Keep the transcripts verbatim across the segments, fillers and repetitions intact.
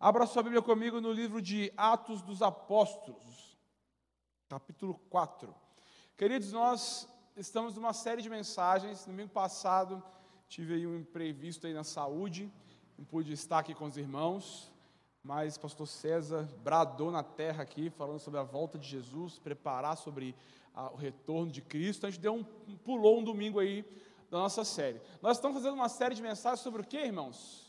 Abra sua Bíblia comigo no livro de Atos dos Apóstolos, capítulo quatro. Queridos, nós estamos numa série de mensagens. No domingo passado, tive aí um imprevisto aí na saúde, não pude estar aqui com os irmãos, mas o pastor César bradou na terra aqui, falando sobre a volta de Jesus, preparar sobre a, o retorno de Cristo. A gente deu um, pulou um domingo aí da nossa série. Nós estamos fazendo uma série de mensagens sobre o que, irmãos?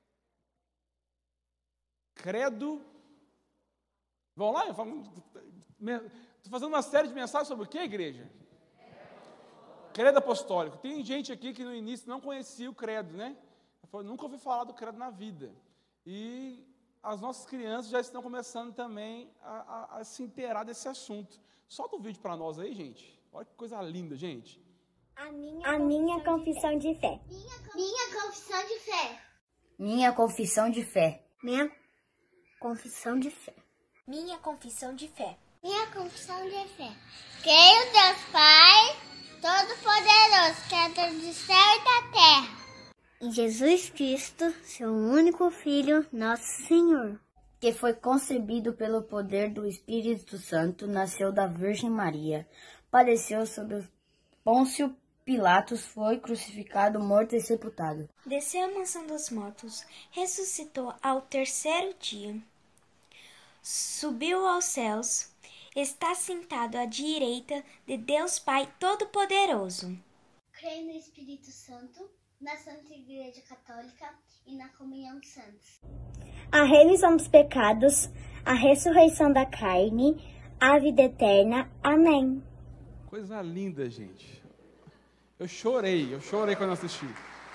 Credo. Vamos lá? Estou fazendo uma série de mensagens sobre o que, igreja? Credo apostólico. Tem gente aqui que no início não conhecia o credo, né? Eu nunca ouvi falar do credo na vida. E as nossas crianças já estão começando também a, a, a se inteirar desse assunto. Solta o vídeo para nós aí, gente. Olha que coisa linda, gente. A minha, a minha confissão de fé. Minha confissão de fé. Minha confissão de fé. Minha confissão de fé. Minha confissão de fé. Minha confissão de fé. Creio Deus Pai Todo-Poderoso, Criador do céu e da terra. Em Jesus Cristo, seu único Filho, nosso Senhor, que foi concebido pelo poder do Espírito Santo, nasceu da Virgem Maria, padeceu sob Pôncio Pilatos, foi crucificado, morto e sepultado. Desceu à mansão dos mortos, ressuscitou ao terceiro dia, subiu aos céus, está sentado à direita de Deus Pai Todo-Poderoso. Creio no Espírito Santo, na Santa Igreja Católica e na comunhão dos santos. A remissão dos pecados, a ressurreição da carne, a vida eterna. Amém. Coisa linda, gente. Eu chorei, eu chorei quando assisti.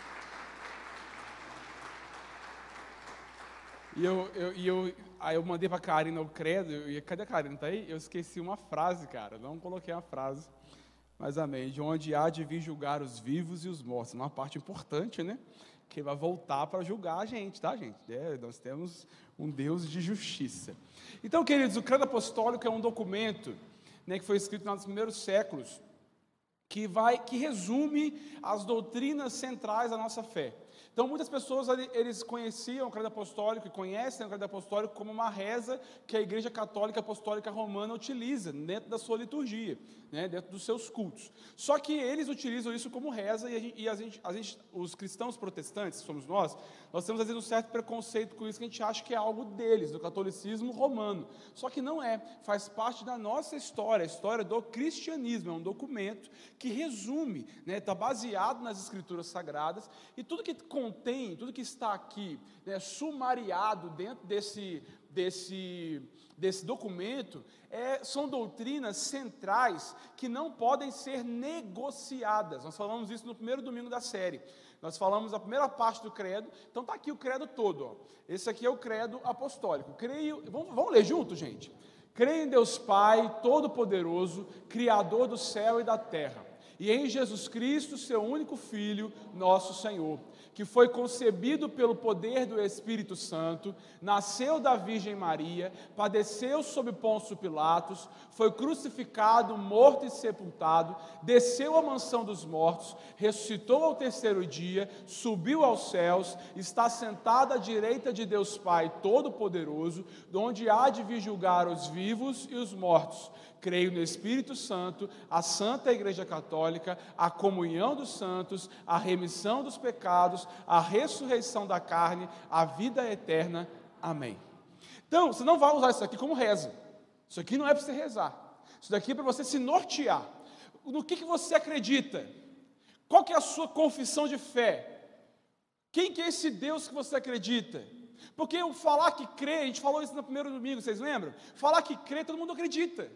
E eu, eu, e eu, aí eu mandei pra Karina o credo, e cadê a Karina? Tá aí? Eu esqueci uma frase, cara, não coloquei a frase, mas amém. De onde há de vir julgar os vivos e os mortos. Uma parte importante, né? Que vai voltar para julgar a gente, tá, gente? É, nós temos um Deus de justiça. Então, queridos, o credo apostólico é um documento, né, que foi escrito nos primeiros séculos, que, vai, que resume as doutrinas centrais da nossa fé. Então, muitas pessoas, eles conheciam o credo apostólico e conhecem o credo apostólico como uma reza que a Igreja Católica Apostólica Romana utiliza dentro da sua liturgia, né, dentro dos seus cultos. Só que eles utilizam isso como reza e, a gente, e a gente, a gente, os cristãos protestantes, que somos nós, nós temos às vezes um certo preconceito com isso, que a gente acha que é algo deles, do catolicismo romano. Só que não é, faz parte da nossa história, a história do cristianismo, é um documento que resume, né, está baseado nas escrituras sagradas, e tudo que contém, tudo que está aqui, né, sumariado dentro desse, desse, desse documento, é, são doutrinas centrais que não podem ser negociadas. Nós falamos isso no primeiro domingo da série. Nós falamos a primeira parte do credo, então está aqui o credo todo. Ó. Esse aqui é o credo apostólico. Creio, vamos, vamos ler junto, gente? Creio em Deus Pai Todo-Poderoso, Criador do céu e da terra, e em Jesus Cristo, seu único Filho, nosso Senhor, que foi concebido pelo poder do Espírito Santo, nasceu da Virgem Maria, padeceu sob Pôncio Pilatos, foi crucificado, morto e sepultado, desceu à mansão dos mortos, ressuscitou ao terceiro dia, subiu aos céus, está sentado à direita de Deus Pai Todo-Poderoso, onde há de vir julgar os vivos e os mortos. Creio no Espírito Santo, a Santa Igreja Católica, a comunhão dos santos, a remissão dos pecados, a ressurreição da carne, a vida eterna. Amém. Então, você não vai usar isso aqui como reza. Isso aqui não é para você rezar. Isso daqui é para você se nortear. No que, que você acredita? Qual que é a sua confissão de fé? Quem que é esse Deus que você acredita? Porque o falar que crê, a gente falou isso no primeiro domingo, vocês lembram? Falar que crê, todo mundo acredita.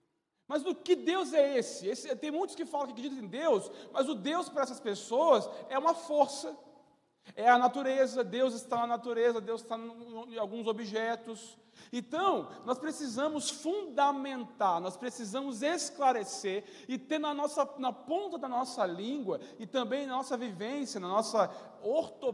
Mas o que Deus é esse? esse? Tem muitos que falam que acreditam em Deus, mas o Deus para essas pessoas é uma força, é a natureza. Deus está na natureza, Deus está em alguns objetos. Então, nós precisamos fundamentar, nós precisamos esclarecer e ter na, nossa, na ponta da nossa língua e também na nossa vivência, na nossa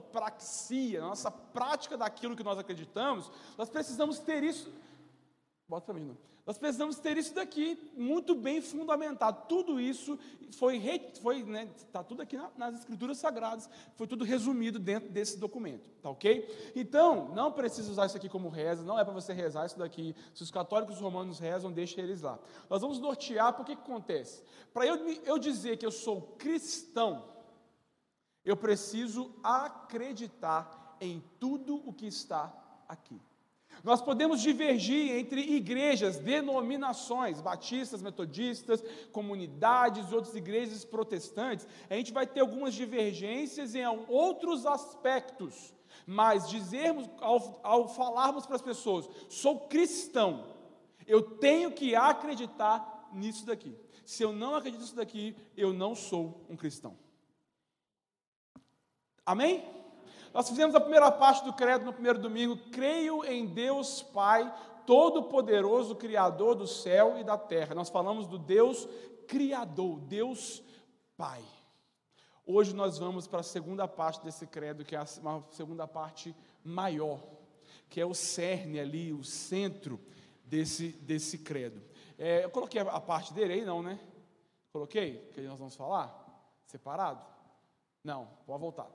ortopraxia, na nossa prática daquilo que nós acreditamos, nós precisamos ter isso. bota para mim, não. Nós precisamos ter isso daqui muito bem fundamentado. Tudo isso foi, foi né, está tudo aqui na, nas Escrituras Sagradas, foi tudo resumido dentro desse documento, tá ok? Então, não precisa usar isso aqui como reza, não é para você rezar isso daqui. Se os católicos romanos rezam, deixa eles lá. Nós vamos nortear, porque que acontece? Para eu, eu dizer que eu sou cristão, eu preciso acreditar em tudo o que está aqui. Nós podemos divergir entre igrejas, denominações, batistas, metodistas, comunidades, outras igrejas protestantes. A gente vai ter algumas divergências em outros aspectos, mas dizermos, ao, ao falarmos para as pessoas, sou cristão, eu tenho que acreditar nisso daqui. Se eu não acredito nisso daqui, eu não sou um cristão. Amém? Nós fizemos a primeira parte do credo no primeiro domingo. Creio em Deus Pai, Todo-Poderoso, Criador do céu e da terra. Nós falamos do Deus Criador, Deus Pai. Hoje nós vamos para a segunda parte desse credo, que é uma segunda parte maior, que é o cerne ali, o centro desse, desse credo. É, eu coloquei a parte dele aí, não, né? Coloquei? Que nós vamos falar? Separado? Não, pode voltar.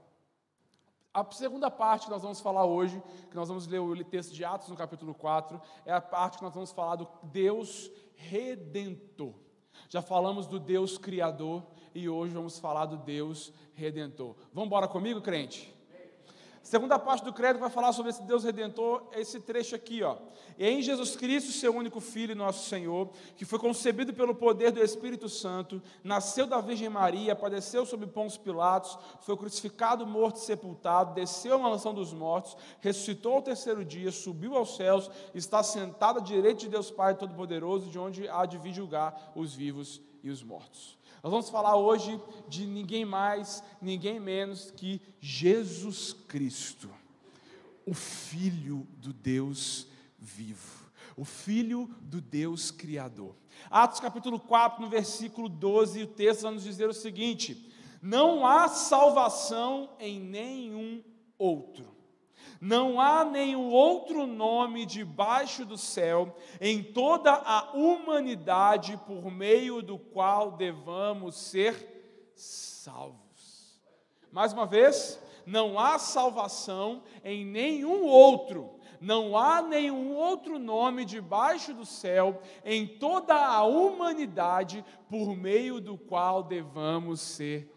A segunda parte que nós vamos falar hoje, que nós vamos ler o texto de Atos no capítulo quatro, é a parte que nós vamos falar do Deus Redentor. Já falamos do Deus Criador e hoje vamos falar do Deus Redentor. Vamos embora comigo, crente? Segunda parte do credo vai falar sobre esse Deus Redentor, é esse trecho aqui, ó. E em Jesus Cristo, seu único Filho, nosso Senhor, que foi concebido pelo poder do Espírito Santo, nasceu da Virgem Maria, padeceu sob Pôncio Pilatos, foi crucificado, morto e sepultado, desceu à mansão dos mortos, ressuscitou ao terceiro dia, subiu aos céus, está sentado à direita de Deus Pai Todo-Poderoso, de onde há de vir julgar os vivos e os mortos. Nós vamos falar hoje de ninguém mais, ninguém menos que Jesus Cristo, o Filho do Deus vivo, o Filho do Deus Criador. Atos capítulo quatro, no versículo doze, o texto vai nos dizer o seguinte: não há salvação em nenhum outro. Não há nenhum outro nome debaixo do céu, em toda a humanidade, por meio do qual devamos ser salvos. Mais uma vez, não há salvação em nenhum outro, não há nenhum outro nome debaixo do céu, em toda a humanidade, por meio do qual devamos ser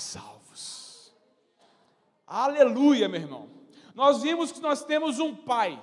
salvos. Aleluia, meu irmão. Nós vimos que nós temos um Pai,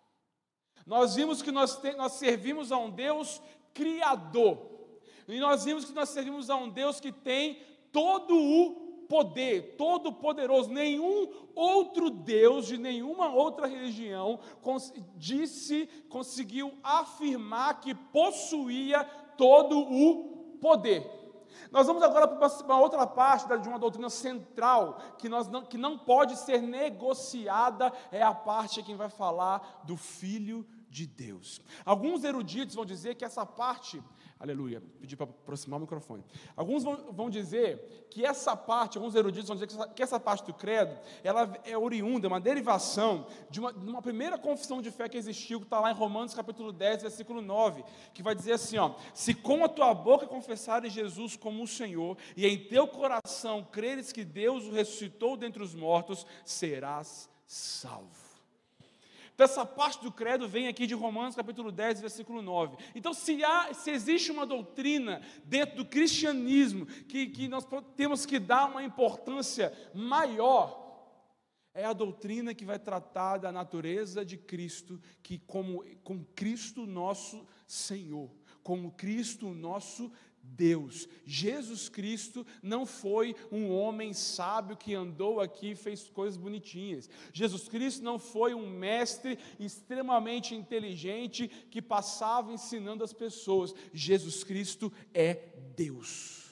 nós vimos que nós, te, nós servimos a um Deus Criador, e nós vimos que nós servimos a um Deus que tem todo o poder, todo poderoso. Nenhum outro Deus de nenhuma outra religião cons, disse, conseguiu afirmar que possuía todo o poder. Nós vamos agora para uma outra parte de uma doutrina central, que, nós não, que não pode ser negociada, é a parte que vai falar do Filho de Deus. Alguns eruditos vão dizer que essa parte, aleluia, pedi para aproximar o microfone. Alguns vão, vão dizer que essa parte, alguns eruditos vão dizer que essa, que essa parte do credo, ela é oriunda, uma derivação de uma, de uma primeira confissão de fé que existiu, que está lá em Romanos capítulo dez, versículo nove, que vai dizer assim, ó: se com a tua boca confessares Jesus como o Senhor, e em teu coração creres que Deus o ressuscitou dentre os mortos, serás salvo. Então essa parte do credo vem aqui de Romanos capítulo dez, versículo nove. Então se, há, se existe uma doutrina dentro do cristianismo que, que nós temos que dar uma importância maior, é a doutrina que vai tratar da natureza de Cristo, que como, com Cristo nosso Senhor, como Cristo nosso Deus. Jesus Cristo não foi um homem sábio que andou aqui e fez coisas bonitinhas. Jesus Cristo não foi um mestre extremamente inteligente que passava ensinando as pessoas. Jesus Cristo é Deus.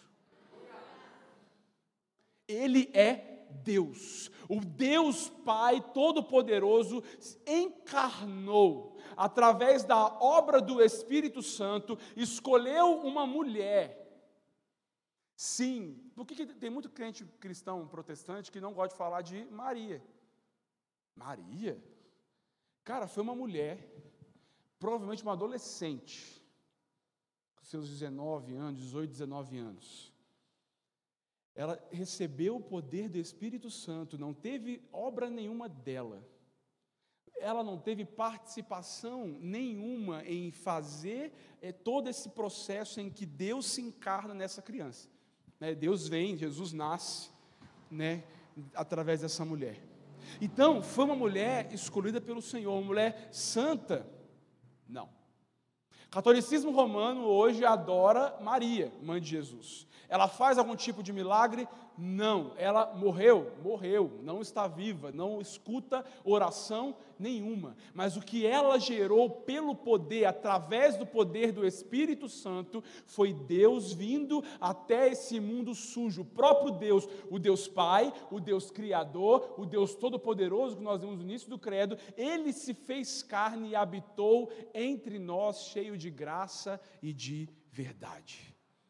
Ele é Deus. O Deus Pai Todo-Poderoso encarnou através da obra do Espírito Santo, escolheu uma mulher. Sim, por que tem muito crente cristão protestante que não gosta de falar de Maria? Maria? Cara, foi uma mulher provavelmente uma adolescente, com seus dezenove anos, dezoito, dezenove anos. Ela recebeu o poder do Espírito Santo, não teve obra nenhuma dela. Ela não teve participação nenhuma em fazer é, todo esse processo em que Deus se encarna nessa criança. Né? Deus vem, Jesus nasce, né, através dessa mulher. Então, foi uma mulher escolhida pelo Senhor, uma mulher santa? Não. O catolicismo romano hoje adora Maria, mãe de Jesus. Ela faz algum tipo de milagre? Não. Ela morreu? Morreu. Não está viva, não escuta oração nenhuma. Mas o que ela gerou pelo poder, através do poder do Espírito Santo, foi Deus vindo até esse mundo sujo. O próprio Deus, o Deus Pai, o Deus Criador, o Deus Todo-Poderoso, que nós vimos no início do credo, Ele se fez carne e habitou entre nós, cheio de graça e de verdade.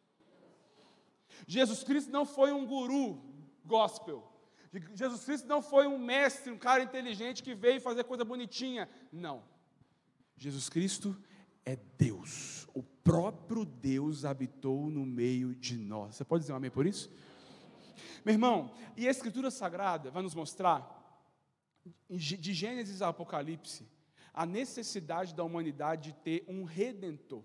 Jesus Cristo não foi um guru gospel. Jesus Cristo não foi um mestre, um cara inteligente que veio fazer coisa bonitinha. Não. Jesus Cristo é Deus. O próprio Deus habitou no meio de nós. Você pode dizer um amém por isso? Meu irmão, e a Escritura Sagrada vai nos mostrar, de Gênesis a Apocalipse, a necessidade da humanidade de ter um redentor.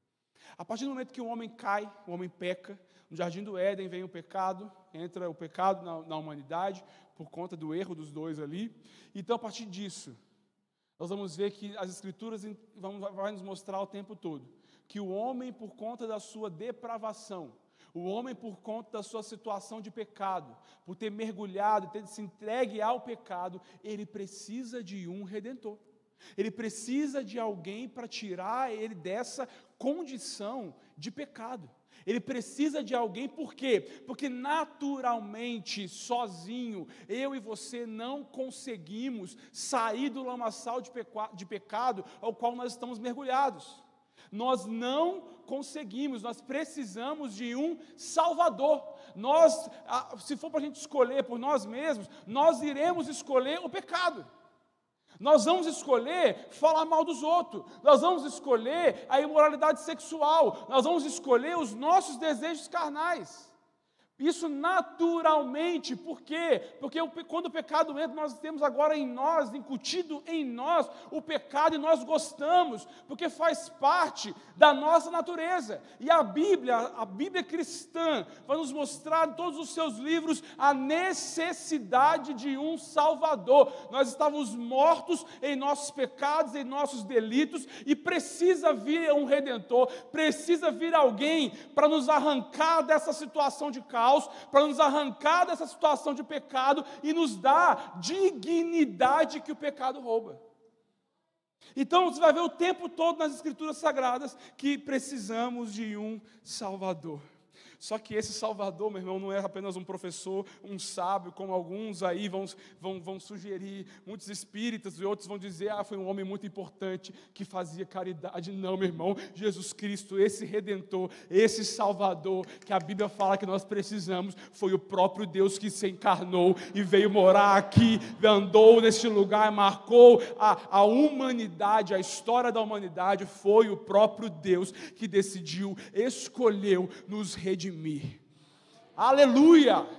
A partir do momento que o homem cai, o homem peca, no Jardim do Éden vem o pecado, entra o pecado na, na humanidade, por conta do erro dos dois ali. Então, a partir disso, nós vamos ver que as Escrituras vão, vai nos mostrar o tempo todo, que o homem, por conta da sua depravação, o homem, por conta da sua situação de pecado, por ter mergulhado, ter se entregue ao pecado, ele precisa de um redentor. Ele precisa de alguém para tirar ele dessa condição de pecado. Ele precisa de alguém, por quê? Porque naturalmente, sozinho, eu e você não conseguimos sair do lamaçal de, peca- de pecado ao qual nós estamos mergulhados. Nós não conseguimos, nós precisamos de um Salvador. Nós, se for para a gente escolher por nós mesmos, nós iremos escolher o pecado. Nós vamos escolher falar mal dos outros, nós vamos escolher a imoralidade sexual, nós vamos escolher os nossos desejos carnais. Isso naturalmente, por quê? Porque quando o pecado entra, nós temos agora em nós, incutido em nós, o pecado e nós gostamos, porque faz parte da nossa natureza. E a Bíblia, a Bíblia cristã, vai nos mostrar em todos os seus livros a necessidade de um Salvador. Nós estávamos mortos em nossos pecados, em nossos delitos, e precisa vir um Redentor, precisa vir alguém para nos arrancar dessa situação de caos, para nos arrancar dessa situação de pecado e nos dar dignidade que o pecado rouba. Então você vai ver o tempo todo nas Escrituras Sagradas que precisamos de um Salvador. Só que esse Salvador, meu irmão, não é apenas um professor, um sábio, como alguns aí vão, vão, vão sugerir, muitos espíritas e outros vão dizer, ah, foi um homem muito importante que fazia caridade. Não, meu irmão, Jesus Cristo, esse Redentor, esse Salvador, que a Bíblia fala que nós precisamos, foi o próprio Deus que se encarnou e veio morar aqui, andou neste lugar, marcou a, a humanidade, a história da humanidade, foi o próprio Deus que decidiu, escolheu nos redimir. Aleluia!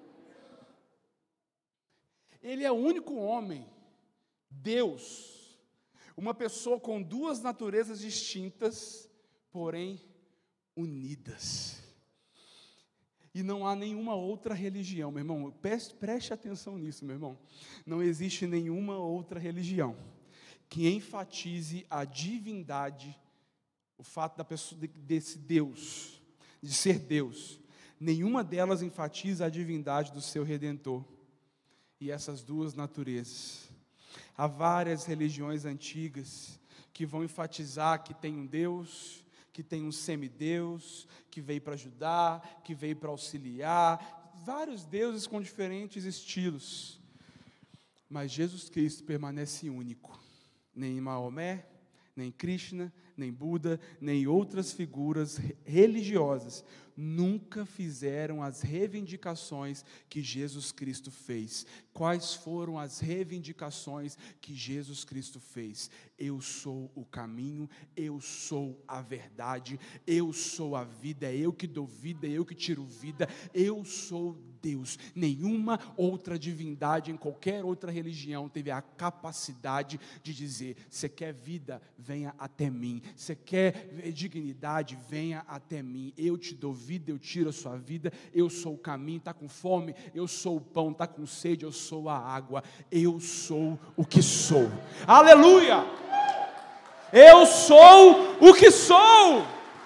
Ele é o único homem, Deus, uma pessoa com duas naturezas distintas, porém unidas. E não há nenhuma outra religião, meu irmão, preste, preste atenção nisso, meu irmão. Não existe nenhuma outra religião que enfatize a divindade, o fato da pessoa, desse Deus, de ser Deus. Nenhuma delas enfatiza a divindade do seu Redentor e essas duas naturezas. Há várias religiões antigas que vão enfatizar que tem um Deus, que tem um semideus, que veio para ajudar, que veio para auxiliar, vários deuses com diferentes estilos. Mas Jesus Cristo permanece único. Nem Maomé, nem Krishna, nem Buda, nem outras figuras religiosas nunca fizeram as reivindicações que Jesus Cristo fez. Quais foram as reivindicações que Jesus Cristo fez? Eu sou o caminho, eu sou a verdade, eu sou a vida, é eu que dou vida, é eu que tiro vida, eu sou Deus. Nenhuma outra divindade em qualquer outra religião teve a capacidade de dizer: você quer vida? Venha até mim. Você quer dignidade? Venha até mim. Eu te dou vida, eu tiro a sua vida, eu sou o caminho. Está com fome? Eu sou o pão. Está com sede? Eu sou a água. Eu sou o que sou. Aleluia! Eu sou o que sou.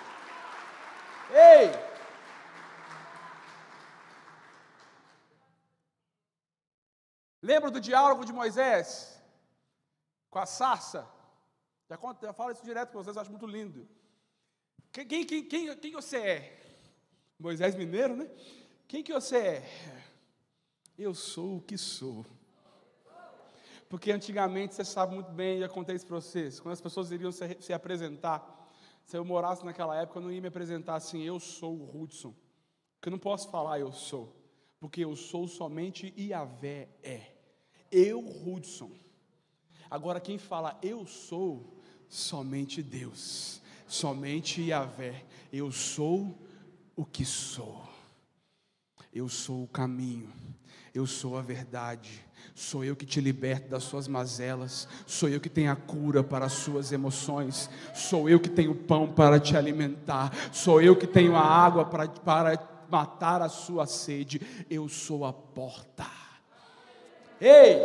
Ei! Lembra do diálogo de Moisés com a sarça? Já, conto, já falo isso direto para vocês, acho muito lindo. Quem, quem, quem, quem, quem você é? Moisés mineiro, né? Quem que você é? Eu sou o que sou. Porque antigamente, você sabe muito bem, já contei isso para vocês, quando as pessoas iriam se, se apresentar, se eu morasse naquela época, eu não ia me apresentar assim: eu sou o Hudson. Porque eu não posso falar eu sou. Porque eu sou somente Yahvé é. Eu, Hudson. Agora quem fala eu sou, somente Deus. Somente Yahvé. Eu sou o que sou. Eu sou o caminho. Eu sou a verdade. Sou eu que te liberto das suas mazelas. Sou eu que tenho a cura para as suas emoções. Sou eu que tenho o pão para te alimentar. Sou eu que tenho a água para... para matar a sua sede. Eu sou a porta. Ei!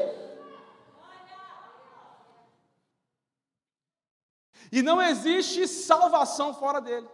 E não existe salvação fora dele.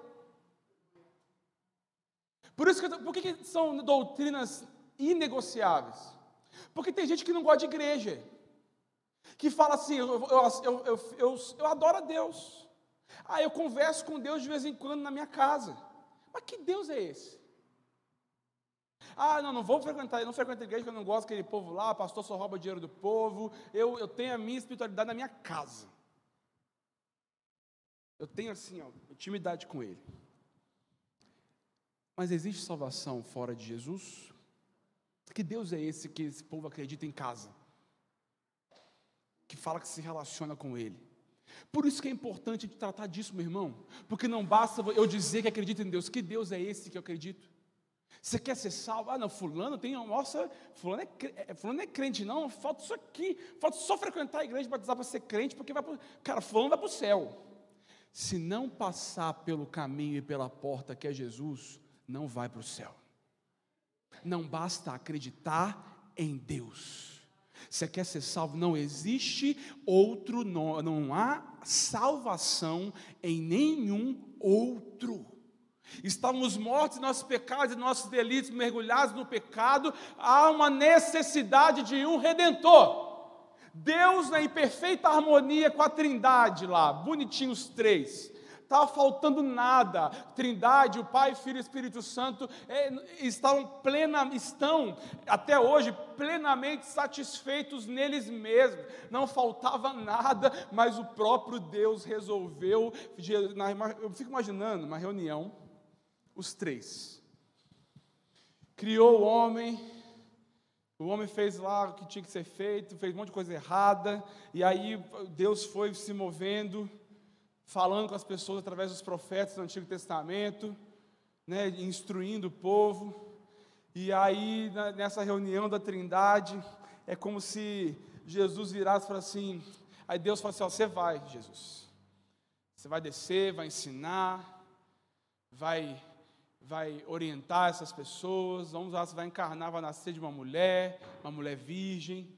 Por isso que, por que são doutrinas inegociáveis? Porque tem gente que não gosta de igreja, que fala assim: eu, eu, eu, eu, eu, eu adoro a Deus, ah, eu converso com Deus de vez em quando na minha casa. Mas que Deus é esse? Ah, não, não vou frequentar, eu não frequento a igreja, porque eu não gosto daquele povo lá, o pastor só rouba dinheiro do povo, eu, eu tenho a minha espiritualidade na minha casa. Eu tenho assim, ó, intimidade com ele. Mas existe salvação fora de Jesus? Que Deus é esse que esse povo acredita em casa? Que fala que se relaciona com ele? Por isso que é importante tratar disso, meu irmão, porque não basta eu dizer que acredito em Deus. Que Deus é esse que eu acredito? Você quer ser salvo? Ah, não, fulano tem, nossa, fulano é, fulano é crente, não, falta isso aqui, falta só frequentar a igreja e batizar para ser crente, porque vai pro, cara, fulano vai para o céu. Se não passar pelo caminho e pela porta que é Jesus, não vai para o céu. Não basta acreditar em Deus. Você quer ser salvo? Não existe outro, não, não há salvação em nenhum outro. Estamos mortos em nossos pecados e nossos delitos, mergulhados no pecado. Há uma necessidade de um Redentor. Deus, né, em perfeita harmonia com a Trindade lá, bonitinho os três. Estava faltando nada. Trindade, o Pai, Filho e Espírito Santo é, estão, plena, estão até hoje plenamente satisfeitos neles mesmos. Não faltava nada, mas o próprio Deus resolveu. Eu fico imaginando uma reunião, os três. Criou o homem, o homem fez lá o que tinha que ser feito, fez um monte de coisa errada, e aí Deus foi se movendo, falando com as pessoas através dos profetas do Antigo Testamento, né, instruindo o povo. E aí, nessa reunião da Trindade, é como se Jesus virasse e falasse assim, aí Deus fala assim: ó, você vai, Jesus, você vai descer, vai ensinar, vai, vai orientar essas pessoas, vamos lá, você vai encarnar, vai nascer de uma mulher, uma mulher virgem.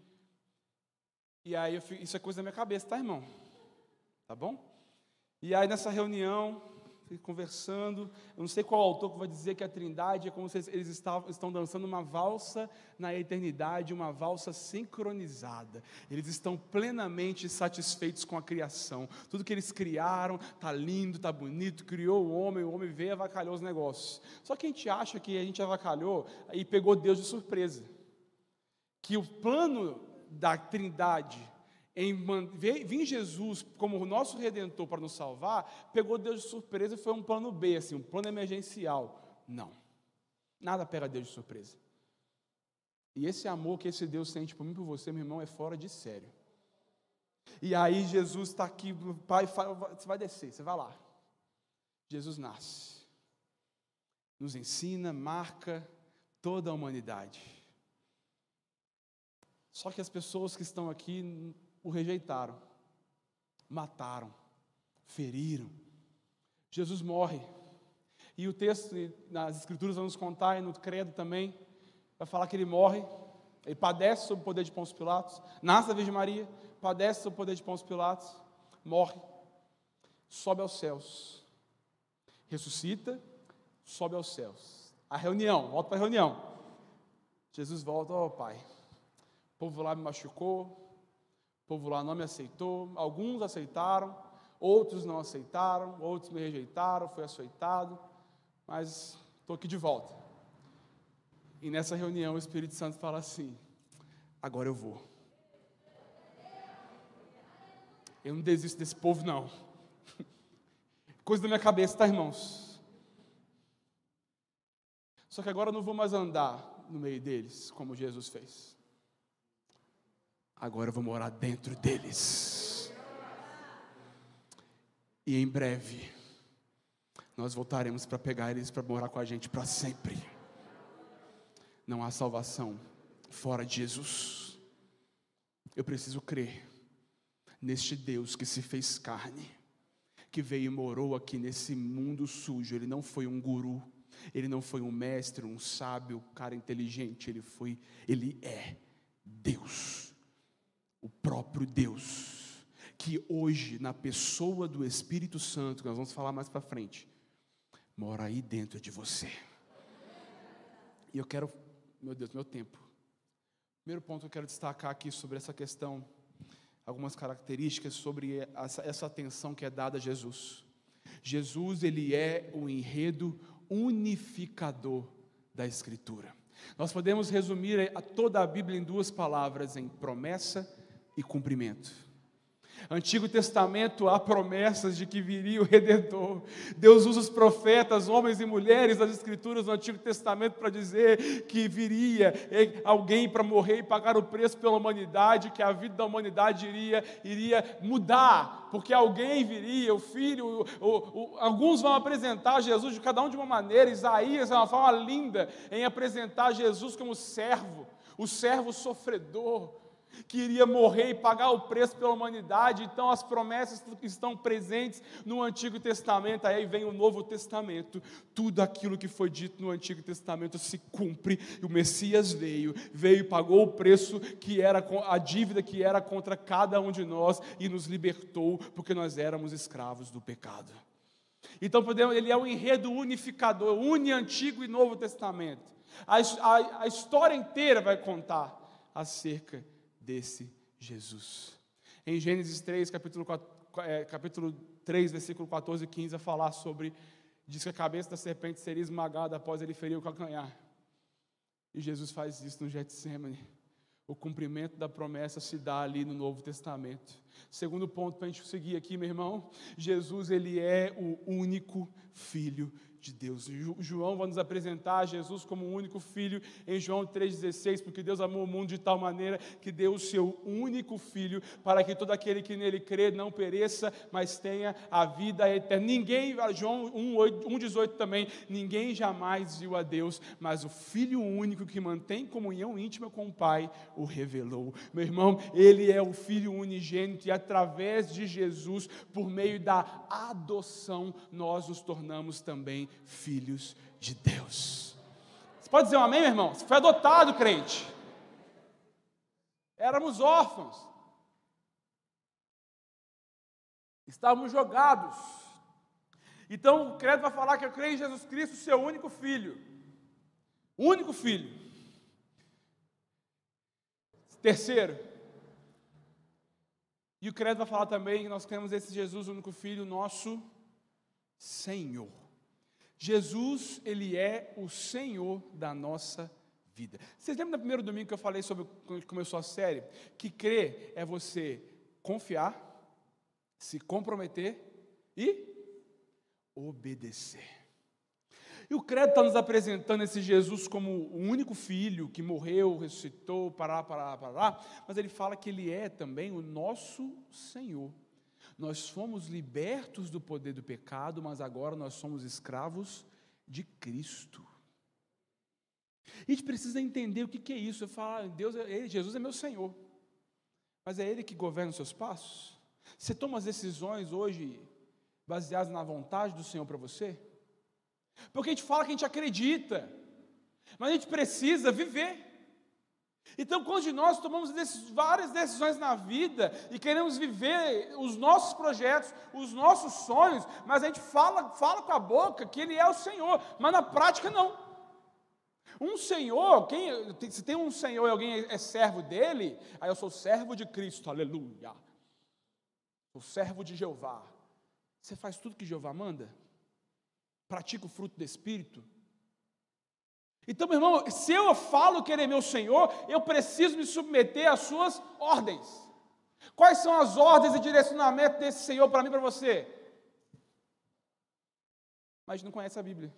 E aí, eu fico, isso é coisa da minha cabeça, tá, irmão? Tá bom? E aí nessa reunião, conversando, eu não sei qual autor que vai dizer que a Trindade é como se eles estavam, estão dançando uma valsa na eternidade, uma valsa sincronizada. Eles estão plenamente satisfeitos com a criação. Tudo que eles criaram está lindo, está bonito, criou o homem, o homem veio e avacalhou os negócios. Só que a gente acha que a gente avacalhou e pegou Deus de surpresa. Que o plano da Trindade em vir Jesus como o nosso Redentor para nos salvar, pegou Deus de surpresa e foi um plano B, assim, um plano emergencial. Não. Nada pega Deus de surpresa. E esse amor que esse Deus sente por mim e por você, meu irmão, é fora de sério. E aí Jesus está aqui, o Pai fala, você vai descer, você vai lá. Jesus nasce. Nos ensina, marca toda a humanidade. Só que as pessoas que estão aqui o rejeitaram, mataram, feriram. Jesus morre. E o texto nas Escrituras vai nos contar, e no credo também, vai falar que ele morre, ele padece sob o poder de Pôncio Pilatos, nasce da Virgem Maria, padece sob o poder de Pôncio Pilatos, morre, sobe aos céus, ressuscita, sobe aos céus. A reunião, volta para a reunião. Jesus volta, ó Pai, o povo lá me machucou, o povo lá não me aceitou, alguns aceitaram, outros não aceitaram, outros me rejeitaram, fui açoitado, mas estou aqui de volta. E nessa reunião o Espírito Santo fala assim, agora eu vou. Eu não desisto desse povo não. Coisa da minha cabeça, tá, irmãos? Só que agora eu não vou mais andar no meio deles, como Jesus fez. Agora eu vou morar dentro deles. E em breve, nós voltaremos para pegar eles, para morar com a gente para sempre. Não há salvação fora de Jesus. Eu preciso crer neste Deus que se fez carne, que veio e morou aqui nesse mundo sujo. Ele não foi um guru, ele não foi um mestre, um sábio, um cara inteligente. Ele foi, ele é Deus, o próprio Deus, que hoje, na pessoa do Espírito Santo, que nós vamos falar mais para frente, mora aí dentro de você. E eu quero, meu Deus, meu tempo. Primeiro ponto que eu quero destacar aqui sobre essa questão, algumas características sobre essa, essa atenção que é dada a Jesus. Jesus, ele é o enredo unificador da Escritura. Nós podemos resumir a toda a Bíblia em duas palavras, em promessa e cumprimento. Antigo Testamento há promessas de que viria o Redentor. Deus usa os profetas, homens e mulheres das Escrituras do Antigo Testamento para dizer que viria alguém para morrer e pagar o preço pela humanidade, que a vida da humanidade iria, iria mudar, porque alguém viria, o Filho, o, o, o, alguns vão apresentar Jesus de cada um de uma maneira. Isaías é uma forma linda em apresentar Jesus como servo, o servo sofredor, que iria morrer e pagar o preço pela humanidade. Então as promessas estão presentes no Antigo Testamento, aí vem o Novo Testamento, tudo aquilo que foi dito no Antigo Testamento se cumpre, o Messias veio, veio e pagou o preço que era, a dívida que era contra cada um de nós, e nos libertou, porque nós éramos escravos do pecado. Então podemos, ele é o enredo unificador, une Antigo e Novo Testamento. A, a, a história inteira vai contar acerca desse Jesus. Em Gênesis três, capítulo, quatro, é, capítulo três, versículo quatorze e quinze, vai falar sobre, diz que a cabeça da serpente seria esmagada após ele ferir o calcanhar. E Jesus faz isso no Getsêmani. O cumprimento da promessa se dá ali no Novo Testamento. Segundo ponto para a gente seguir aqui, meu irmão, Jesus, ele é o único Filho de Deus. João vai nos apresentar Jesus como o único Filho em João três dezesseis, porque Deus amou o mundo de tal maneira que deu o seu único Filho, para que todo aquele que nele crê não pereça, mas tenha a vida eterna. Ninguém, João um dezoito também, ninguém jamais viu a Deus, mas o Filho único que mantém comunhão íntima com o Pai o revelou. Meu irmão, ele é o Filho unigênito, e através de Jesus, por meio da adoção, nós nos tornamos também filhos de Deus. Você pode dizer um amém, meu irmão? Você foi adotado, crente. Éramos órfãos. Estávamos jogados. Então o credo vai falar que eu creio em Jesus Cristo, seu único filho. Único filho. Terceiro, e o credo vai falar também que nós cremos esse Jesus, o único filho, nosso Senhor. Jesus, ele é o Senhor da nossa vida. Vocês lembram do primeiro domingo que eu falei sobre, quando começou a série? Que crer é você confiar, se comprometer e obedecer. E o credo está nos apresentando esse Jesus como o único filho que morreu, ressuscitou, pará, pará, pará, mas ele fala que ele é também o nosso Senhor. Nós fomos libertos do poder do pecado, mas agora nós somos escravos de Cristo. E a gente precisa entender o que, que é isso. Eu falo, Deus, ele, Jesus é meu Senhor, mas é Ele que governa os seus passos? Você toma as decisões hoje baseadas na vontade do Senhor para você? Porque a gente fala que a gente acredita, mas a gente precisa viver. Então, quando de nós tomamos decis- várias decisões na vida e queremos viver os nossos projetos, os nossos sonhos, mas a gente fala, fala com a boca que Ele é o Senhor, mas na prática não. Um Senhor, quem, se tem um Senhor e alguém é servo dele, aí eu sou servo de Cristo, aleluia. Sou servo de Jeová. Você faz tudo que Jeová manda? Pratica o fruto do Espírito? Então, meu irmão, se eu falo que Ele é meu Senhor, eu preciso me submeter às suas ordens. Quais são as ordens e direcionamento desse Senhor para mim e para você? Mas a gente não conhece a Bíblia.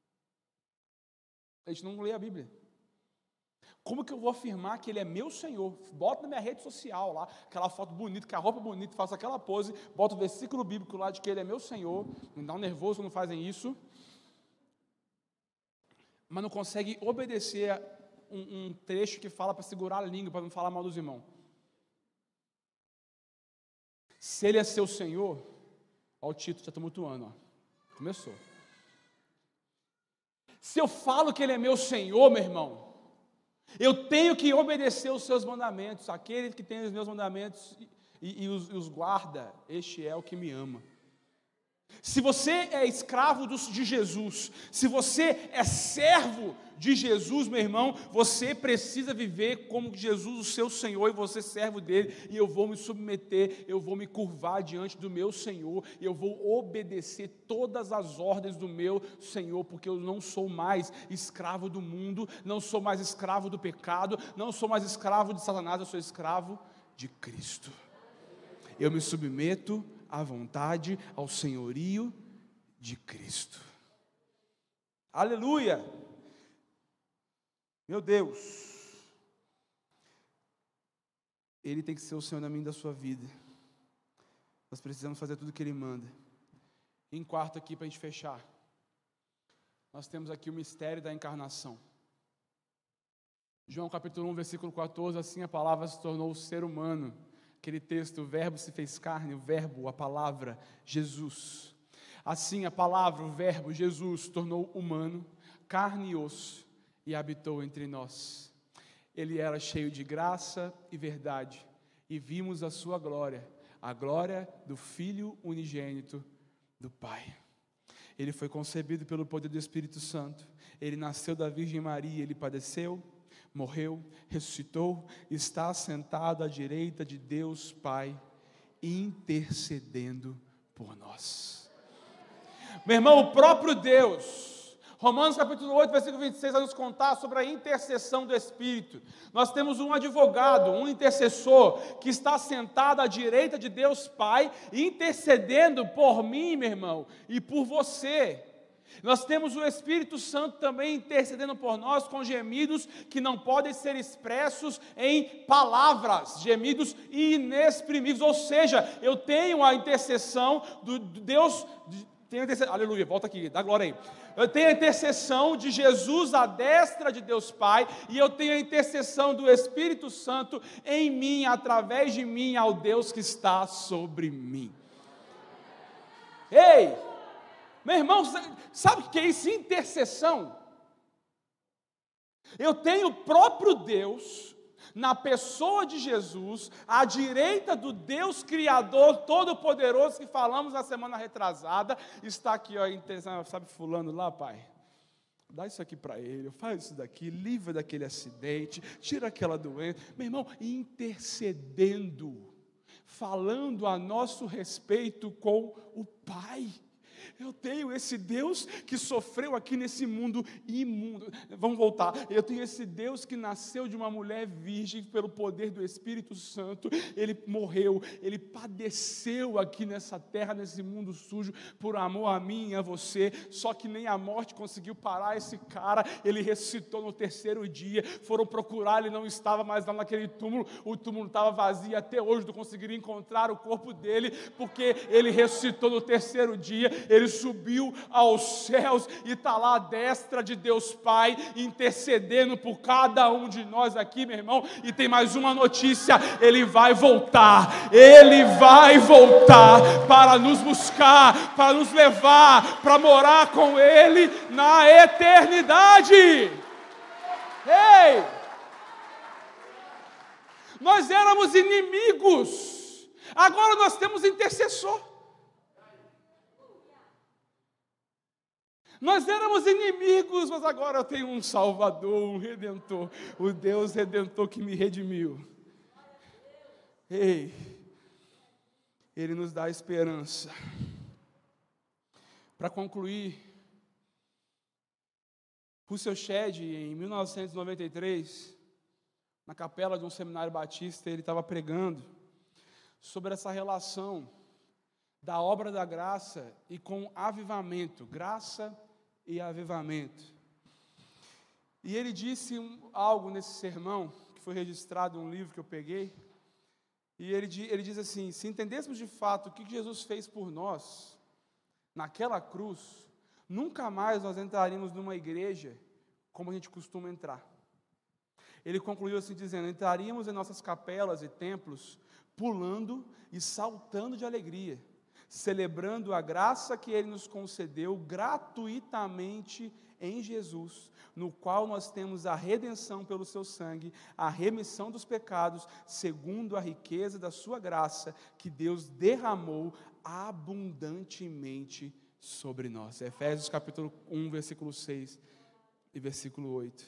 A gente não lê a Bíblia. Como que eu vou afirmar que Ele é meu Senhor? Bota na minha rede social lá, aquela foto bonita, com a roupa bonita, faço aquela pose, bota o versículo bíblico lá de que Ele é meu Senhor. Me dá um nervoso quando fazem isso. Mas não consegue obedecer um, um trecho que fala para segurar a língua, para não falar mal dos irmãos. Se Ele é seu Senhor, olha o título, já tumultuando, ó. Começou. Se eu falo que Ele é meu Senhor, meu irmão, eu tenho que obedecer os seus mandamentos. Aquele que tem os meus mandamentos e, e, os, e os guarda, este é o que me ama. Se você é escravo de Jesus, se você é servo de Jesus, meu irmão, você precisa viver como Jesus, o seu Senhor, e você servo dele, e eu vou me submeter, eu vou me curvar diante do meu Senhor, e eu vou obedecer todas as ordens do meu Senhor, porque eu não sou mais escravo do mundo, não sou mais escravo do pecado, não sou mais escravo de Satanás, eu sou escravo de Cristo. Eu me submeto à vontade, ao senhorio de Cristo. Aleluia! Meu Deus! Ele tem que ser o Senhor na minha e da sua vida. Nós precisamos fazer tudo o que Ele manda. Em quarto aqui, para a gente fechar, nós temos aqui o mistério da encarnação. João capítulo um, versículo quatorze, assim a palavra se tornou ser humano. Aquele texto, o verbo se fez carne, o verbo, a palavra, Jesus. Assim a palavra, o verbo, Jesus, tornou humano, carne e osso, e habitou entre nós. Ele era cheio de graça e verdade, e vimos a sua glória, a glória do Filho unigênito do Pai. Ele foi concebido pelo poder do Espírito Santo, ele nasceu da Virgem Maria, ele padeceu, morreu, ressuscitou, está assentado à direita de Deus Pai, intercedendo por nós. Meu irmão, o próprio Deus, Romanos capítulo oito, versículo vinte e seis, vai nos contar sobre a intercessão do Espírito. Nós temos um advogado, um intercessor, que está sentado à direita de Deus Pai, intercedendo por mim, meu irmão, e por você. Nós temos o Espírito Santo também intercedendo por nós com gemidos que não podem ser expressos em palavras, gemidos inexprimíveis, ou seja, eu tenho a intercessão do Deus, tenho a intercessão, aleluia, volta aqui, dá glória aí, eu tenho a intercessão de Jesus à destra de Deus Pai, e eu tenho a intercessão do Espírito Santo em mim, através de mim, ao Deus que está sobre mim. Ei! Meu irmão, sabe o que é isso? Intercessão. Eu tenho o próprio Deus, na pessoa de Jesus, à direita do Deus Criador Todo-Poderoso, que falamos na semana retrasada, está aqui, ó, sabe fulano lá, Pai? Dá isso aqui para ele, faz isso daqui, livra daquele acidente, tira aquela doença. Meu irmão, intercedendo, falando a nosso respeito com o Pai. Eu tenho esse Deus que sofreu aqui nesse mundo imundo. Vamos voltar. Eu tenho esse Deus que nasceu de uma mulher virgem pelo poder do Espírito Santo. Ele morreu, ele padeceu aqui nessa terra, nesse mundo sujo, por amor a mim e a você. Só que nem a morte conseguiu parar esse cara. Ele ressuscitou no terceiro dia. Foram procurar, ele não estava mais lá naquele túmulo. O túmulo estava vazio. Até hoje não conseguiram encontrar o corpo dele, porque ele ressuscitou no terceiro dia. Ele subiu aos céus e está lá à destra de Deus Pai, intercedendo por cada um de nós aqui, meu irmão. E tem mais uma notícia: ele vai voltar, ele vai voltar para nos buscar, para nos levar, para morar com ele na eternidade. Ei! Nós éramos inimigos, agora nós temos intercessor. Nós éramos inimigos, mas agora eu tenho um Salvador, um Redentor, o Deus Redentor que me redimiu. Ei, Ele nos dá esperança. Para concluir, Russell Shedd, em mil novecentos e noventa e três, na capela de um seminário batista, ele estava pregando sobre essa relação da obra da graça e com avivamento, graça e avivamento. E ele disse um, algo nesse sermão, que foi registrado em um livro que eu peguei, e ele, ele diz assim: se entendêssemos de fato o que Jesus fez por nós, naquela cruz, nunca mais nós entraríamos numa igreja como a gente costuma entrar. Ele concluiu assim dizendo: entraríamos em nossas capelas e templos, pulando e saltando de alegria, celebrando a graça que Ele nos concedeu gratuitamente em Jesus, no qual nós temos a redenção pelo seu sangue, a remissão dos pecados, segundo a riqueza da sua graça, que Deus derramou abundantemente sobre nós. Efésios capítulo um, versículo seis e versículo oito.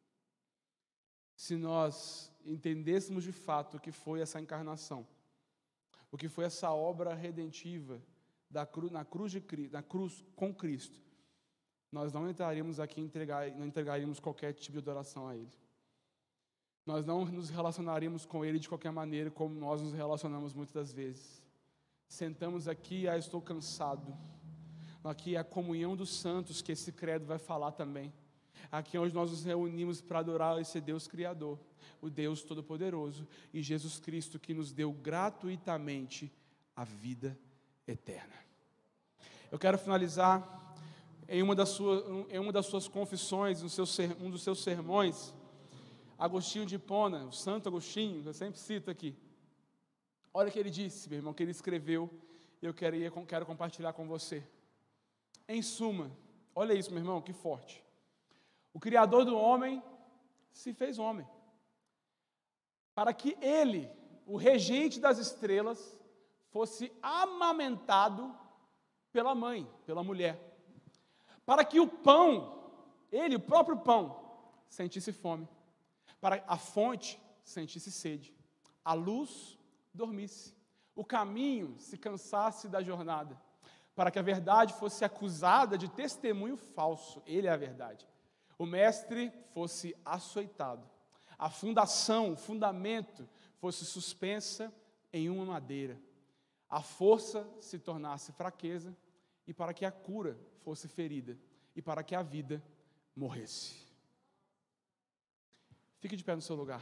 Se nós entendêssemos de fato o que foi essa encarnação, o que foi essa obra redentiva da cruz, na cruz de Cristo, na cruz com Cristo, nós não entraríamos aqui e entregar, não entregaríamos qualquer tipo de adoração a Ele. Nós não nos relacionaríamos com Ele de qualquer maneira, como nós nos relacionamos muitas das vezes. Sentamos aqui, ah, estou cansado. Aqui é a comunhão dos santos, que esse credo vai falar também. Aqui é onde nós nos reunimos para adorar esse Deus Criador, o Deus Todo-Poderoso, e Jesus Cristo, que nos deu gratuitamente a vida eterna. Eu quero finalizar em uma das suas, em uma das suas confissões, no seu, um dos seus sermões. Agostinho de Hipona, o Santo Agostinho, eu sempre cito aqui. Olha o que ele disse, meu irmão, que ele escreveu, e eu quero, quero compartilhar com você. Em suma, olha isso, meu irmão, que forte. O Criador do homem se fez homem, para que ele, o regente das estrelas, fosse amamentado pela mãe, pela mulher, para que o pão, ele, o próprio pão, sentisse fome, para a fonte sentisse sede, a luz dormisse, o caminho se cansasse da jornada, para que a verdade fosse acusada de testemunho falso, ele é a verdade, o mestre fosse açoitado, a fundação, o fundamento fosse suspensa em uma madeira, a força se tornasse fraqueza, e para que a cura fosse ferida, e para que a vida morresse. Fique de pé no seu lugar.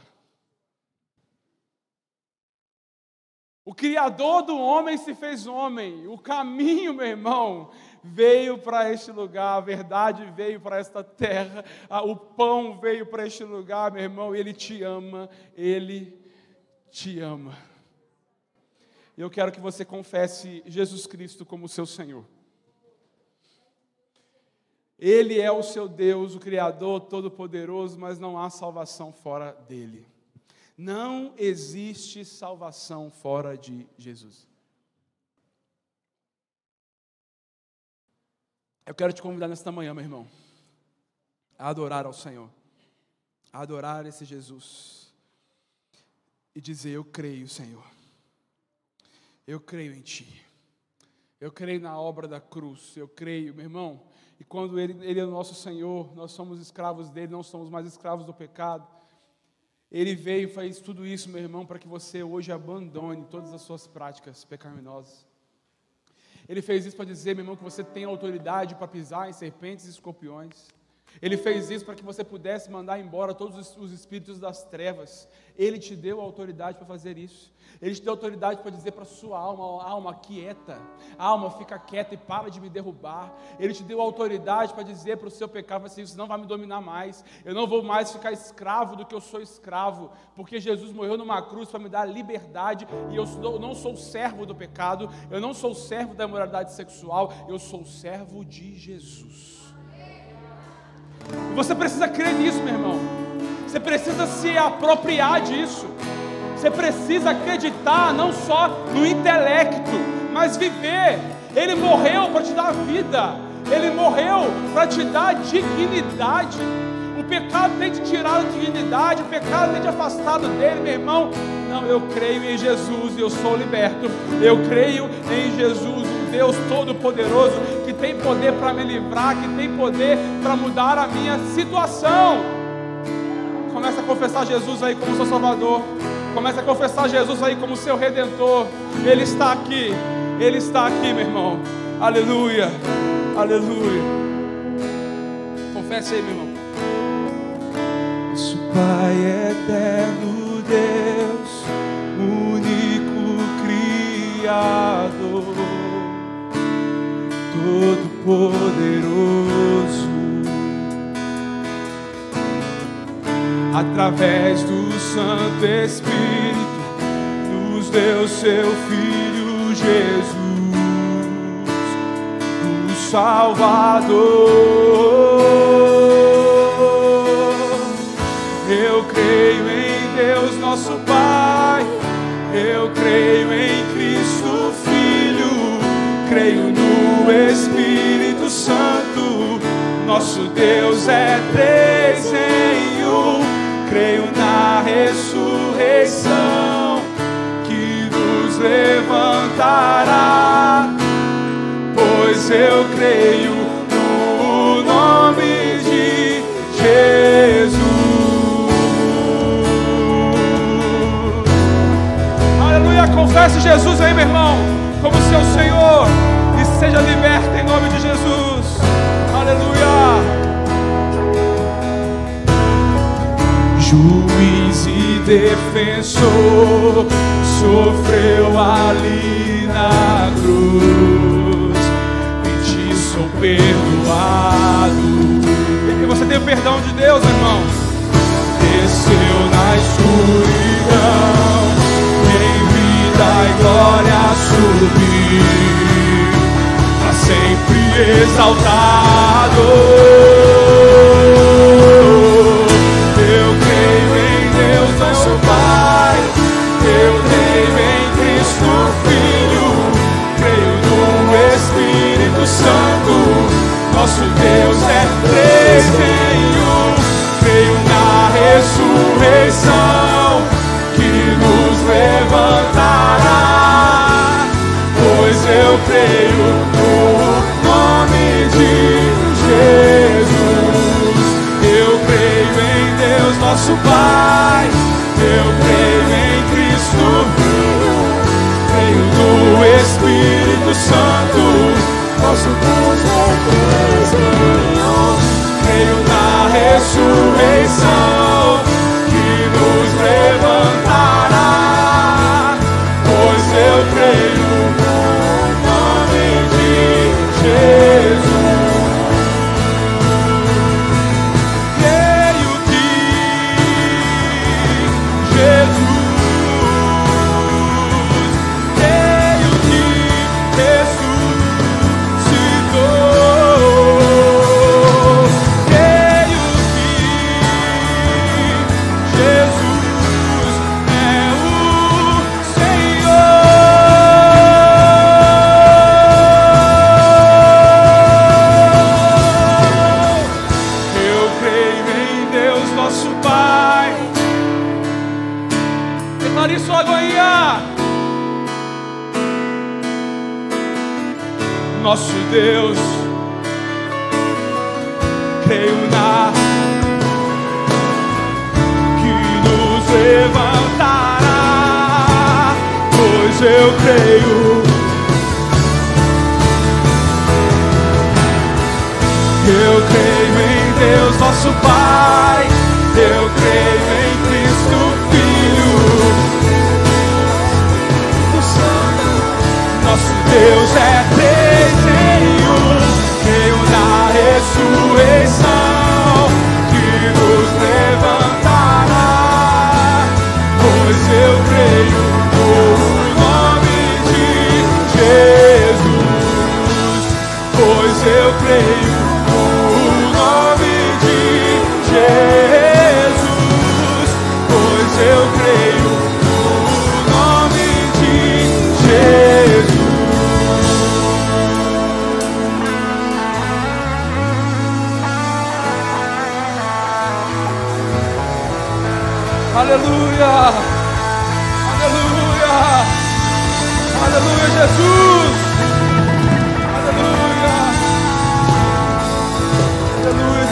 O Criador do homem se fez homem. O caminho, meu irmão, veio para este lugar. A verdade veio para esta terra. O pão veio para este lugar, meu irmão. Ele te ama. Ele te ama. Eu quero que você confesse Jesus Cristo como seu Senhor. Ele é o seu Deus, o Criador Todo-Poderoso, mas não há salvação fora dele. Não existe salvação fora de Jesus. Eu quero te convidar nesta manhã, meu irmão, a adorar ao Senhor, a adorar esse Jesus e dizer: eu creio, Senhor, eu creio em Ti, Eu creio na obra da cruz, eu creio, meu irmão. E quando Ele, Ele é o nosso Senhor, nós somos escravos dEle, não somos mais escravos do pecado. Ele veio e fez tudo isso, meu irmão, para que você hoje abandone todas as suas práticas pecaminosas. Ele fez isso para dizer, meu irmão, que você tem autoridade para pisar em serpentes e escorpiões. Ele fez isso para que você pudesse mandar embora todos os espíritos das trevas. Ele te deu a autoridade para fazer isso. Ele te deu autoridade para dizer para a sua alma, alma, quieta, alma, fica quieta e para de me derrubar. Ele te deu a autoridade para dizer para o seu pecado assim, isso não vai me dominar mais, eu não vou mais ficar escravo do que eu sou escravo, porque Jesus morreu numa cruz para me dar liberdade, e eu não sou servo do pecado, eu não sou servo da imoralidade sexual, eu sou servo de Jesus. Você precisa crer nisso, meu irmão. Você precisa se apropriar disso. Você precisa acreditar não só no intelecto, mas viver. Ele morreu para te dar vida. Ele morreu para te dar dignidade. O pecado tem te tirado a dignidade, o pecado tem te afastado dele, meu irmão. Não, eu creio em Jesus e eu sou liberto. Eu creio em Jesus, um Deus todo-poderoso, que tem poder para me livrar, que tem poder para mudar a minha situação. Começa a confessar Jesus aí como seu Salvador. Começa a confessar Jesus aí como seu Redentor. Ele está aqui. Ele está aqui, meu irmão. Aleluia. Aleluia. Confesse aí, meu irmão. Nosso Pai eterno Deus, único Criador, Todo-Poderoso, através do Santo Espírito, nos deu seu Filho Jesus, o Salvador. Eu creio em Deus nosso Pai, eu creio em Cristo Filho, creio no Espírito Santo, nosso Deus é três em um. Creio na ressurreição que nos levantará, pois eu creio no nome de Jesus. Aleluia, confesse Jesus aí, meu irmão, como seu Senhor, e seja liberto em nome de Jesus. Aleluia. Juiz e defensor, sofreu ali na cruz, em ti sou perdoado. E você tem o perdão de Deus, irmão. Desceu na escuridão, em vida e glória subir, pra sempre exaltado. Nosso Pai, eu creio em Cristo Filho, creio no Espírito Santo, nosso Deus é três em um, creio na ressurreição que nos levantará, pois eu creio no nome de Jesus. Eu creio em Deus nosso Pai, eu creio em Cristo Filho, creio no Espírito Santo, nosso Deus é três em um, creio na ressurreição que nos levantará, pois eu creio no nome de Jesus. Creio que nosso Deus. Creio na que nos levantará, pois eu creio. Eu creio em Deus nosso Pai, eu creio em Cristo Filho. Nosso Deus é três em um. Creio na ressurreição que nos levantará, pois eu creio no nome de Jesus, pois eu creio no nome de Jesus, pois eu creio no nome de Jesus. Aleluia, aleluia, aleluia, Jesus, aleluia, aleluia,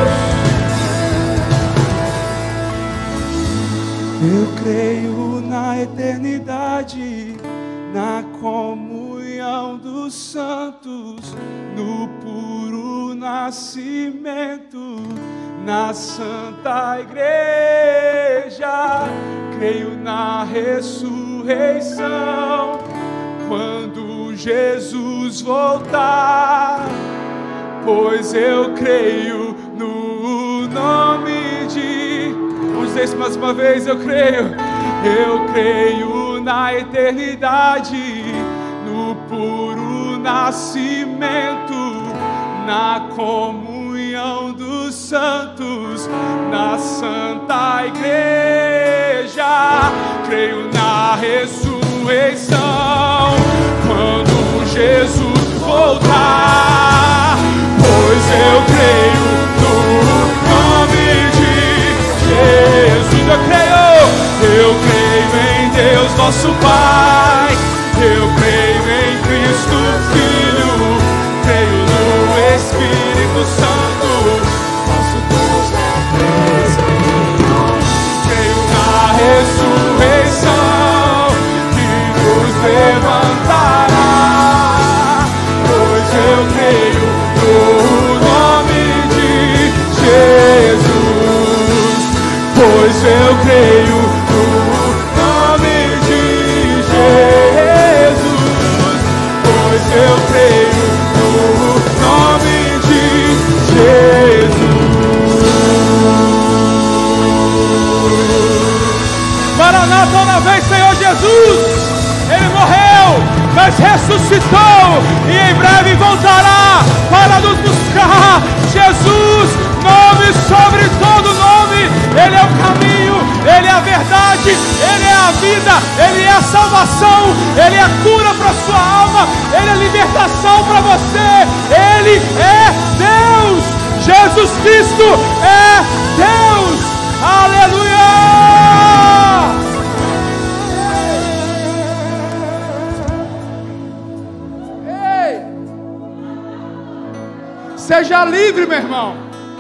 Deus. Eu creio na eternidade, na comunhão dos santos, no puro nascimento, na santa igreja. Creio na ressurreição, quando Jesus voltar, pois eu creio no nome de... Vamos dizer isso mais uma vez, eu creio. Eu creio na eternidade, no puro nascimento, na comunhão dos santos, na santa igreja. Creio na ressurreição, quando Jesus voltar, pois eu creio no nome de Jesus. Eu creio, eu creio em Deus nosso Pai, eu creio em Cristo Filho, creio no Espírito Santo, nosso Deus é três em um. Creio na ressurreição que nos levantará, pois eu creio no nome de Jesus, pois eu creio no nome de Jesus, pois eu creio no nome de Jesus. Maranata, uma vez, Senhor Jesus. Ele morreu, mas ressuscitou e em breve voltará para nos buscar. Jesus, nome sobre todo nome. Ele é o caminho, Ele é a verdade, Ele é a vida, Ele é a salvação, Ele é a cura para a sua alma, Ele é a libertação para você. Ele é Deus. Jesus Cristo é Deus. Aleluia! Ei! Seja livre, meu irmão.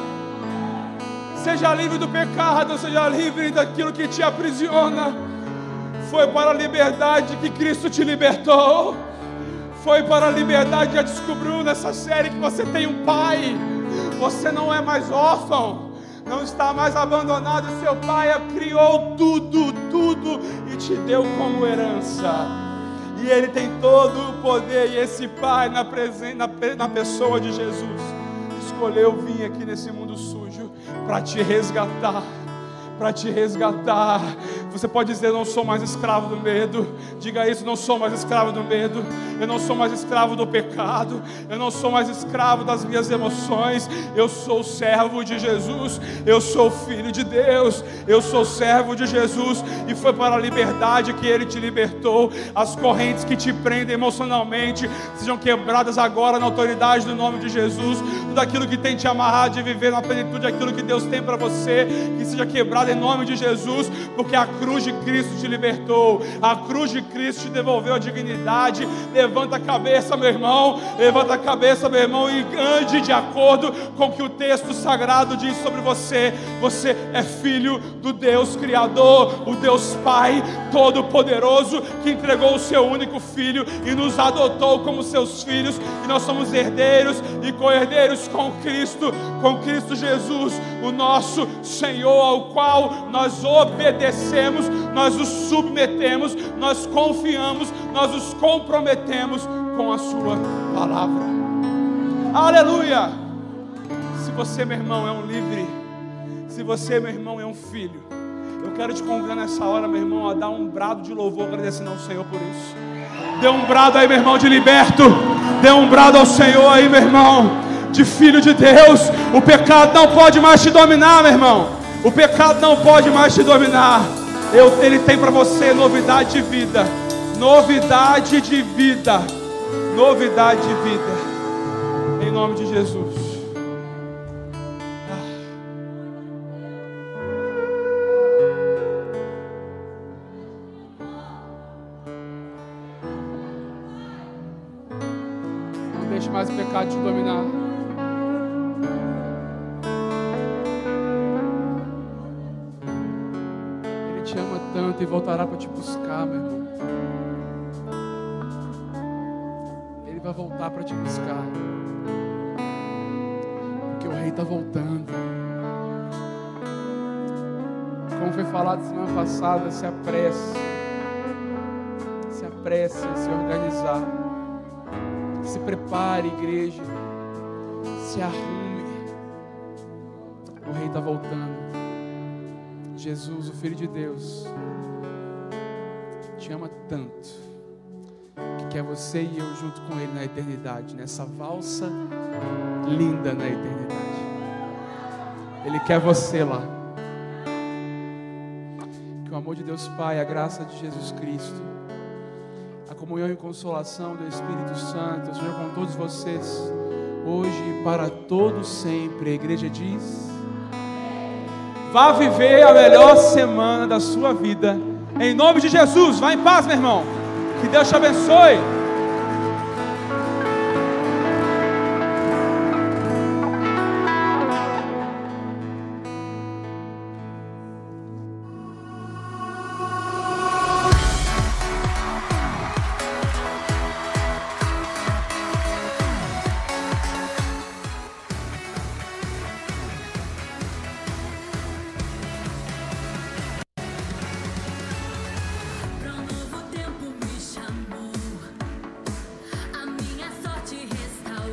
Seja livre do pecado, seja livre daquilo que te aprisiona. Foi para a liberdade que Cristo te libertou. Foi para a liberdade que já descobriu nessa série que você tem um pai. Você não é mais órfão, não está mais abandonado. Seu pai criou tudo, tudo e te deu como herança. E Ele tem todo o poder. E esse pai, na, presen- na, na pessoa de Jesus, escolheu vir aqui nesse mundo sujo para te resgatar, para te resgatar. Você pode dizer: eu não sou mais escravo do medo. Diga isso: não sou mais escravo do medo. Eu não sou mais escravo do pecado. Eu não sou mais escravo das minhas emoções. Eu sou servo de Jesus. Eu sou filho de Deus. Eu sou servo de Jesus. E foi para a liberdade que Ele te libertou. As correntes que te prendem emocionalmente sejam quebradas agora na autoridade do nome de Jesus. Tudo aquilo que tem te amarrado de viver na plenitude aquilo que Deus tem para você, que seja quebrado em nome de Jesus, porque a cruz de Cristo te libertou, a cruz de Cristo te devolveu a dignidade. Levanta a cabeça, meu irmão, levanta a cabeça, meu irmão, e ande de acordo com o que o texto sagrado diz sobre você. Você é filho do Deus Criador, o Deus Pai Todo-Poderoso, que entregou o seu único Filho e nos adotou como seus filhos, e nós somos herdeiros e co-herdeiros com Cristo, com Cristo Jesus, o nosso Senhor, ao qual nós obedecemos, nós nos submetemos, nós confiamos, nós nos comprometemos com a sua palavra. Aleluia! Se você, meu irmão, é um livre, se você, meu irmão, é um filho, eu quero te convidar nessa hora, meu irmão, a dar um brado de louvor agradecendo ao Senhor por isso. Dê um brado aí, meu irmão, de liberto. Dê um brado ao Senhor aí, meu irmão, de filho de Deus. O pecado não pode mais te dominar, meu irmão. O pecado não pode mais te dominar. Eu, Ele tem para você novidade de vida. Novidade de vida. Novidade de vida. Em nome de Jesus. Não deixe mais o pecado te dominar. Te ama tanto e voltará para te buscar, meu irmão. Ele vai voltar para te buscar, porque o Rei está voltando. Como foi falado semana passada, se apresse, se apresse a se organizar, se prepare, igreja, se arrume. O Rei está voltando. Jesus, o Filho de Deus, te ama tanto, que quer você e eu junto com Ele na eternidade, nessa valsa linda na eternidade. Ele quer você lá. Que o amor de Deus Pai, a graça de Jesus Cristo, a comunhão e consolação do Espírito Santo seja com todos vocês, hoje e para todos sempre. A igreja diz... Vá viver a melhor semana da sua vida. Em nome de Jesus, vá em paz, meu irmão. Que Deus te abençoe.